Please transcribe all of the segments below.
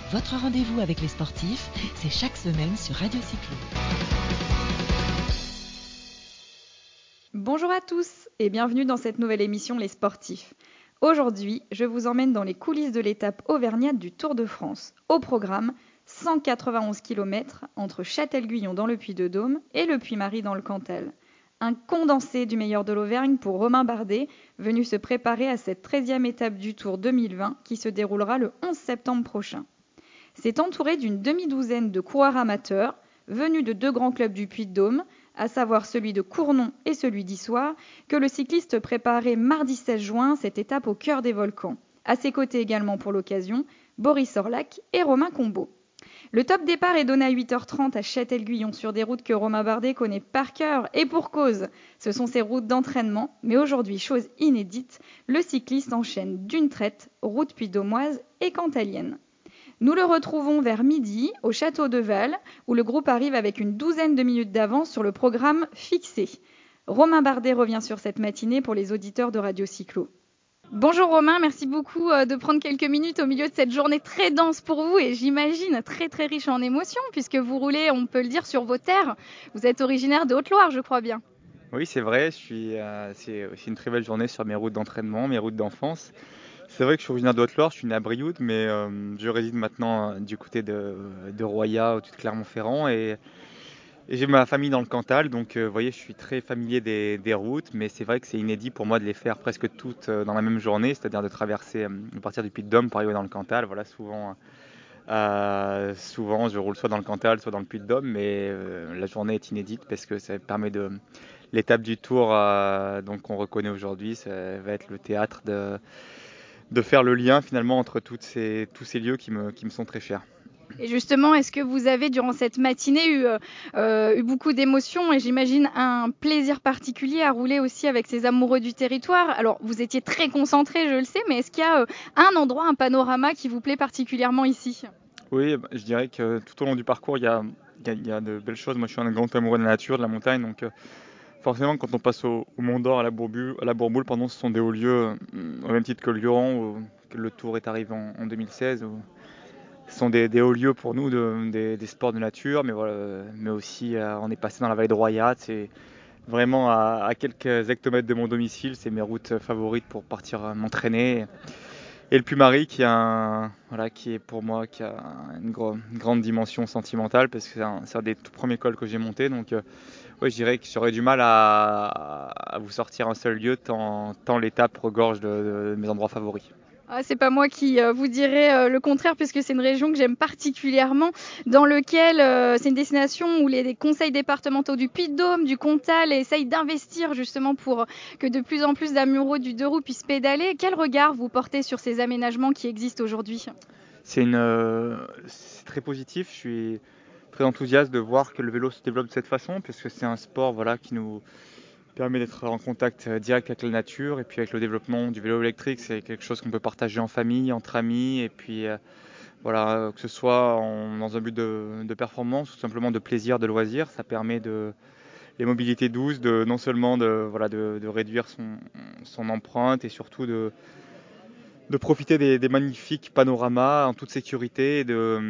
Votre rendez-vous avec les sportifs, c'est chaque semaine sur Radio Cyclo. Bonjour à tous et bienvenue dans cette nouvelle émission Les Sportifs. Aujourd'hui, je vous emmène dans les coulisses de l'étape auvergnate du Tour de France. Au programme, 191 km entre Châtel-Guyon dans le Puy-de-Dôme et le Puy-Marie dans le Cantal. Un condensé du meilleur de l'Auvergne pour Romain Bardet, venu se préparer à cette 13e étape du Tour 2020 qui se déroulera le 11 septembre prochain. C'est entouré d'une demi-douzaine de coureurs amateurs, venus de deux grands clubs du Puy-de-Dôme, à savoir celui de Cournon et celui d'Issoire, que le cycliste préparait mardi 16 juin cette étape au cœur des volcans. À ses côtés également pour l'occasion, Boris Orlac et Romain Combeau. Le top départ est donné à 8h30 à Châtel-Guyon sur des routes que Romain Bardet connaît par cœur et pour cause. Ce sont ses routes d'entraînement, mais aujourd'hui, chose inédite, le cycliste enchaîne d'une traite route puy-de-dômoise et cantalienne. Nous le retrouvons vers midi au château de Val, où le groupe arrive avec une douzaine de minutes d'avance sur le programme fixé. Romain Bardet revient sur cette matinée pour les auditeurs de Radio Cyclo. Bonjour Romain, merci beaucoup de prendre quelques minutes au milieu de cette journée très dense pour vous et j'imagine très très riche en émotions puisque vous roulez, on peut le dire, sur vos terres. Vous êtes originaire de Haute-Loire, je crois bien. Oui, c'est vrai, c'est aussi une très belle journée sur mes routes d'entraînement, mes routes d'enfance. C'est vrai que je suis originaire de Haute-Loire, je suis né à Brioude, mais je réside maintenant du côté de Roya, au-dessus de Clermont-Ferrand, et j'ai ma famille dans le Cantal, donc vous voyez, je suis très familier des routes, mais c'est vrai que c'est inédit pour moi de les faire presque toutes dans la même journée, c'est-à-dire de traverser à partir du Puy-de-Dôme pour arriver dans le Cantal. Voilà, souvent je roule soit dans le Cantal, soit dans le Puy-de-Dôme, mais la journée est inédite parce que ça permet de... L'étape du Tour donc qu'on reconnaît aujourd'hui, ça va être le théâtre de faire le lien finalement entre tous ces lieux qui me sont très chers. Et justement, est-ce que vous avez durant cette matinée eu beaucoup d'émotions et j'imagine un plaisir particulier à rouler aussi avec ces amoureux du territoire? Alors, vous étiez très concentré, je le sais, mais est-ce qu'il y a un endroit, un panorama qui vous plaît particulièrement ici? Oui, je dirais que tout au long du parcours, il y a de belles choses. Moi, je suis un grand amoureux de la nature, de la montagne, donc forcément, quand on passe au Mont d'Or, à la Bourboule, pardon, ce sont des hauts lieux, au même titre que le Luron, où le Tour est arrivé en 2016. Ce sont des hauts lieux pour nous, des sports de nature, mais, voilà, mais aussi on est passé dans la vallée de Roya. C'est vraiment à quelques hectomètres de mon domicile, c'est mes routes favorites pour partir m'entraîner. Et le Puy-Marie qui est pour moi qui a une grande dimension sentimentale parce que c'est un des tout premiers cols que j'ai monté. Donc je dirais que j'aurais du mal à vous sortir un seul lieu tant l'étape regorge de mes endroits favoris. Ah, c'est pas moi qui vous dirai le contraire puisque c'est une région que j'aime particulièrement dans lequel c'est une destination où les conseils départementaux du Puy-de-Dôme, du Cantal essayent d'investir justement pour que de plus en plus d'amoureux du deux roues puissent pédaler. Quel regard vous portez sur ces aménagements qui existent aujourd'hui? C'est très positif, je suis très enthousiaste de voir que le vélo se développe de cette façon parce que c'est un sport qui nous permet d'être en contact direct avec la nature et puis avec le développement du vélo électrique, c'est quelque chose qu'on peut partager en famille, entre amis et puis que ce soit dans un but de performance ou simplement de plaisir, de loisir, ça permet les mobilités douces, non seulement de réduire son empreinte et surtout de profiter des magnifiques panoramas en toute sécurité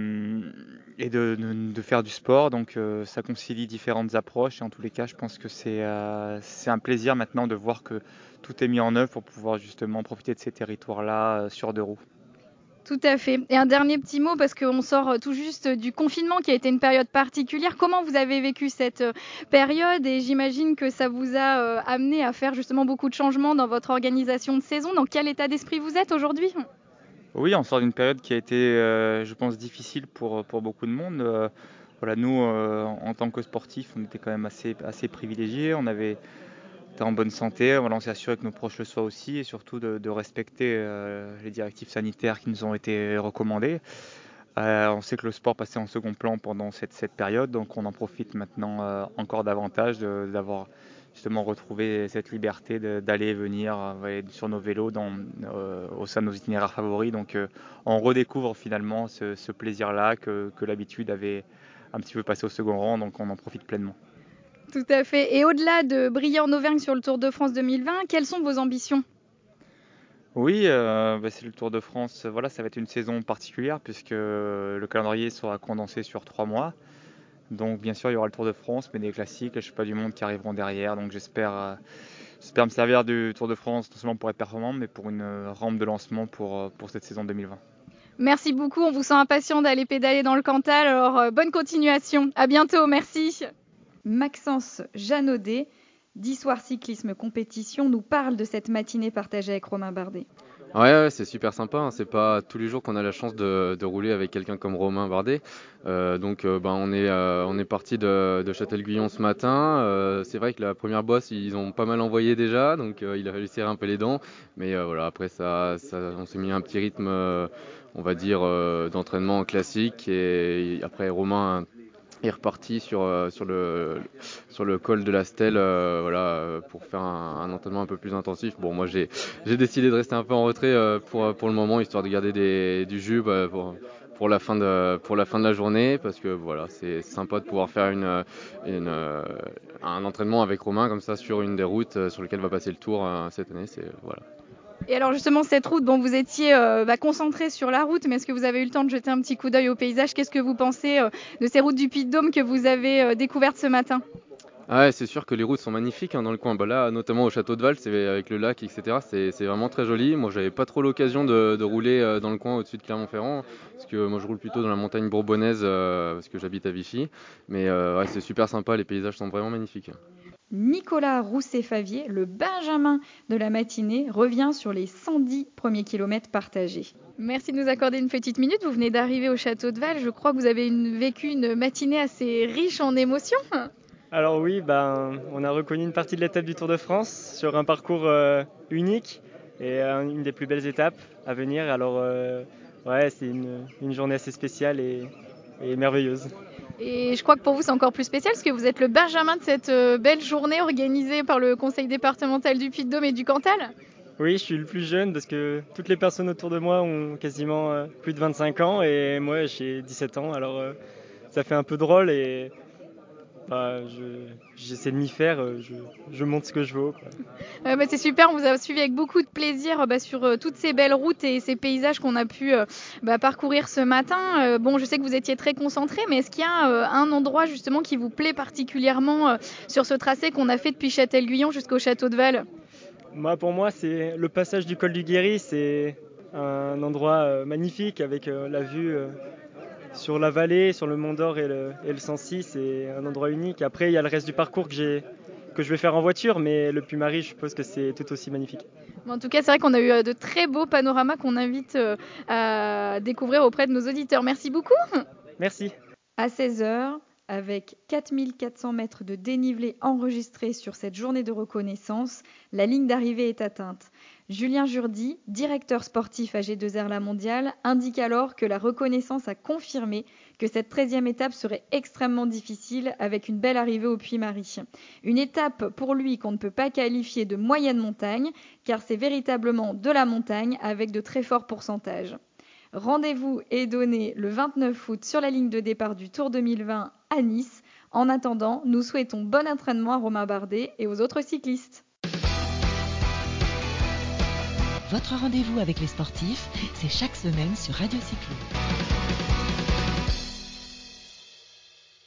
et de faire du sport. Donc ça concilie différentes approches et en tous les cas je pense que c'est un plaisir maintenant de voir que tout est mis en œuvre pour pouvoir justement profiter de ces territoires-là sur deux roues. Tout à fait. Et un dernier petit mot, parce qu'on sort tout juste du confinement qui a été une période particulière. Comment vous avez vécu cette période? Et j'imagine que ça vous a amené à faire justement beaucoup de changements dans votre organisation de saison. Dans quel état d'esprit vous êtes aujourd'hui? Oui, on sort d'une période qui a été, je pense, difficile pour beaucoup de monde. Nous, en tant que sportifs, on était quand même assez privilégiés. On était en bonne santé. On s'est assuré que nos proches le soient aussi et surtout de respecter les directives sanitaires qui nous ont été recommandées. On sait que le sport passait en second plan pendant cette période, donc on en profite maintenant encore davantage d'avoir justement retrouvé cette liberté d'aller et venir sur nos vélos au sein de nos itinéraires favoris. Donc on redécouvre finalement ce plaisir-là que l'habitude avait un petit peu passé au second rang, donc on en profite pleinement. Tout à fait. Et au-delà de briller en Auvergne sur le Tour de France 2020, quelles sont vos ambitions? Oui, c'est le Tour de France. Voilà, ça va être une saison particulière puisque le calendrier sera condensé sur 3 mois. Donc bien sûr, il y aura le Tour de France, mais des classiques, les championnats du monde qui arriveront derrière. Donc j'espère me servir du Tour de France non seulement pour être performant, mais pour une rampe de lancement pour cette saison 2020. Merci beaucoup, on vous sent impatient d'aller pédaler dans le Cantal, alors bonne continuation. À bientôt, merci. Maxence Janaudet, d'Histoire Cyclisme Compétition, nous parle de cette matinée partagée avec Romain Bardet. Ouais, c'est super sympa, hein. C'est pas tous les jours qu'on a la chance de rouler avec quelqu'un comme Romain Bardet. On est parti de Châtel-Guyon ce matin. C'est vrai que la première bosse, ils ont pas mal envoyé déjà, donc il a fallu serrer un peu les dents. Mais voilà, après on s'est mis un petit rythme, on va dire, d'entraînement classique. Et après, Romain est reparti sur le col de la Stèle, pour faire un entraînement un peu plus intensif. Bon, moi j'ai décidé de rester un peu en retrait pour le moment, histoire de garder du jus pour la fin de la journée, parce que voilà, c'est sympa de pouvoir faire un entraînement avec Romain comme ça sur une des routes sur lesquelles va passer le Tour cette année. Voilà. Et alors justement, cette route, bon, vous étiez concentré sur la route, mais est-ce que vous avez eu le temps de jeter un petit coup d'œil au paysage? Qu'est-ce que vous pensez de ces routes du Puy-de-Dôme que vous avez découvertes ce matin? Ah ouais, c'est sûr que les routes sont magnifiques, hein, dans le coin. Là, notamment au Château de Val, c'est avec le lac, etc. C'est vraiment très joli. Moi, j'avais pas trop l'occasion de rouler dans le coin au-dessus de Clermont-Ferrand, parce que moi, je roule plutôt dans la montagne bourbonnaise, parce que j'habite à Vichy. Mais ouais, c'est super sympa. Les paysages sont vraiment magnifiques. Nicolas Rousset-Favier, le Benjamin de la matinée, revient sur les 110 premiers kilomètres partagés. Merci de nous accorder une petite minute. Vous venez d'arriver au Château de Val. Je crois que vous avez vécu une matinée assez riche en émotions. Alors oui, on a reconnu une partie de l'étape du Tour de France sur un parcours unique et une des plus belles étapes à venir. Alors ouais, c'est une journée assez spéciale et merveilleuse. Et je crois que pour vous, c'est encore plus spécial parce que vous êtes le Benjamin de cette belle journée organisée par le conseil départemental du Puy-de-Dôme et du Cantal. Oui, je suis le plus jeune parce que toutes les personnes autour de moi ont quasiment plus de 25 ans et moi j'ai 17 ans. Alors ça fait un peu drôle et j'essaie de m'y faire, je monte ce que je vaux, quoi. C'est super, on vous a suivi avec beaucoup de plaisir sur toutes ces belles routes et ces paysages qu'on a pu parcourir ce matin. Bon, je sais que vous étiez très concentrés, mais est-ce qu'il y a un endroit justement qui vous plaît particulièrement sur ce tracé qu'on a fait depuis Châtel-Guyon jusqu'au Château de Val? Pour moi, c'est le passage du col du Guéry, c'est un endroit magnifique avec la vue sur la vallée, sur le Mont d'Or et le Sancy, c'est un endroit unique. Après, il y a le reste du parcours que je vais faire en voiture, mais le Puy-Marie, je suppose que c'est tout aussi magnifique. Bon, en tout cas, c'est vrai qu'on a eu de très beaux panoramas qu'on invite à découvrir auprès de nos auditeurs. Merci beaucoup. Merci. À 16h, avec 4400 mètres de dénivelé enregistrés sur cette journée de reconnaissance, la ligne d'arrivée est atteinte. Julien Jourdi, directeur sportif à G2R La Mondiale, indique alors que la reconnaissance a confirmé que cette 13e étape serait extrêmement difficile avec une belle arrivée au Puy-Marie. Une étape pour lui qu'on ne peut pas qualifier de moyenne montagne, car c'est véritablement de la montagne avec de très forts pourcentages. Rendez-vous est donné le 29 août sur la ligne de départ du Tour 2020 à Nice. En attendant, nous souhaitons bon entraînement à Romain Bardet et aux autres cyclistes. Votre rendez-vous avec les sportifs, c'est chaque semaine sur Radio Cyclo.